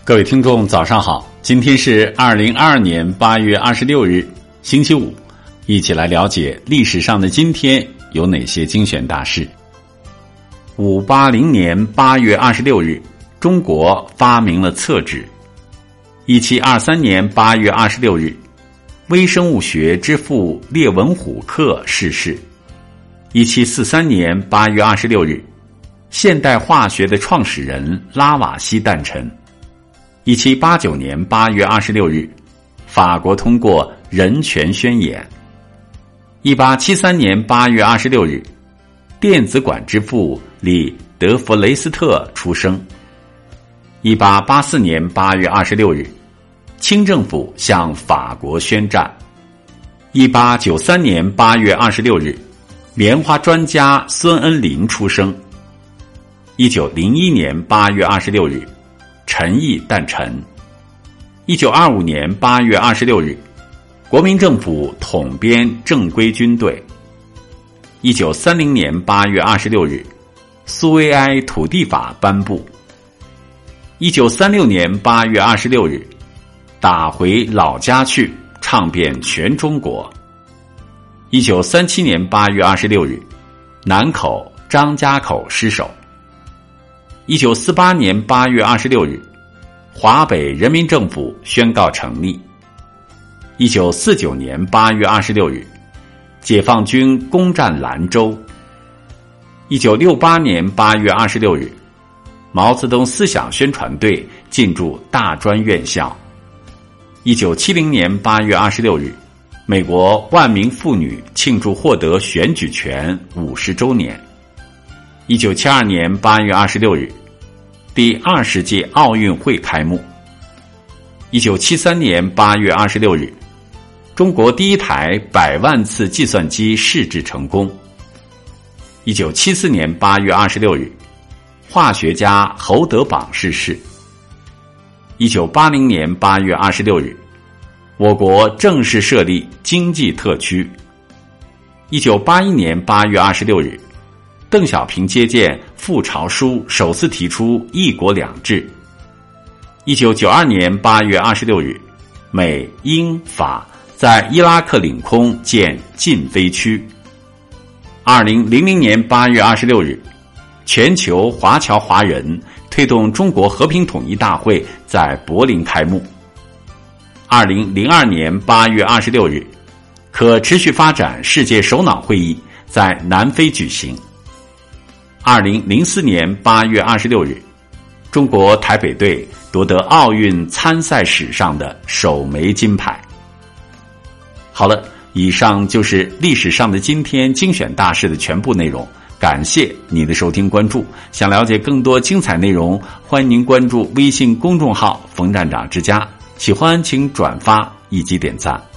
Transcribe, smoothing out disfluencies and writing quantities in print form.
各位听众早上好，今天是2022年8月26日星期五，一起来了解历史上的今天有哪些精选大事。580年8月26日，中国发明了厕纸。1723年8月26日，微生物学之父列文虎克逝世。1743年8月26日，现代化学的创始人拉瓦锡诞辰。1789年8月26日，法国通过人权宣言。1873年8月26日，电子管之父里德弗雷斯特出生。1884年8月26日，清政府向法国宣战。1893年8月26日，棉花专家孙恩林出生。1901年8月26日，陈毅诞辰。1925年8月26日，国民政府统编正规军队。1930年8月26日，苏维埃土地法颁布。1936年8月26日，打回老家去，唱遍全中国。1937年8月26日，南口、张家口失守。1948年8月26日，华北人民政府宣告成立。1949年8月26日，解放军攻占兰州。1968年8月26日，毛泽东思想宣传队进驻大专院校。1970年8月26日，美国万名妇女庆祝获得选举权50周年。1972年8月26日，第20届奥运会开幕。1973年8月26日，中国第一台100万次计算机试制成功。1974年8月26日，化学家侯德榜逝世。1980年8月26日，我国正式设立经济特区。1981年8月26日，邓小平接见傅朝书首次提出一国两制。1992年8月26日，美、英、法在伊拉克领空建禁飞区。2000年8月26日，全球华侨华人推动中国和平统一大会在柏林开幕。2002年8月26日，可持续发展世界首脑会议在南非举行。2004年8月26日，中国台北队夺得奥运参赛史上的首枚金牌。好了，以上就是历史上的今天精选大事的全部内容，感谢你的收听关注。想了解更多精彩内容，欢迎您关注微信公众号冯站长之家，喜欢请转发以及点赞。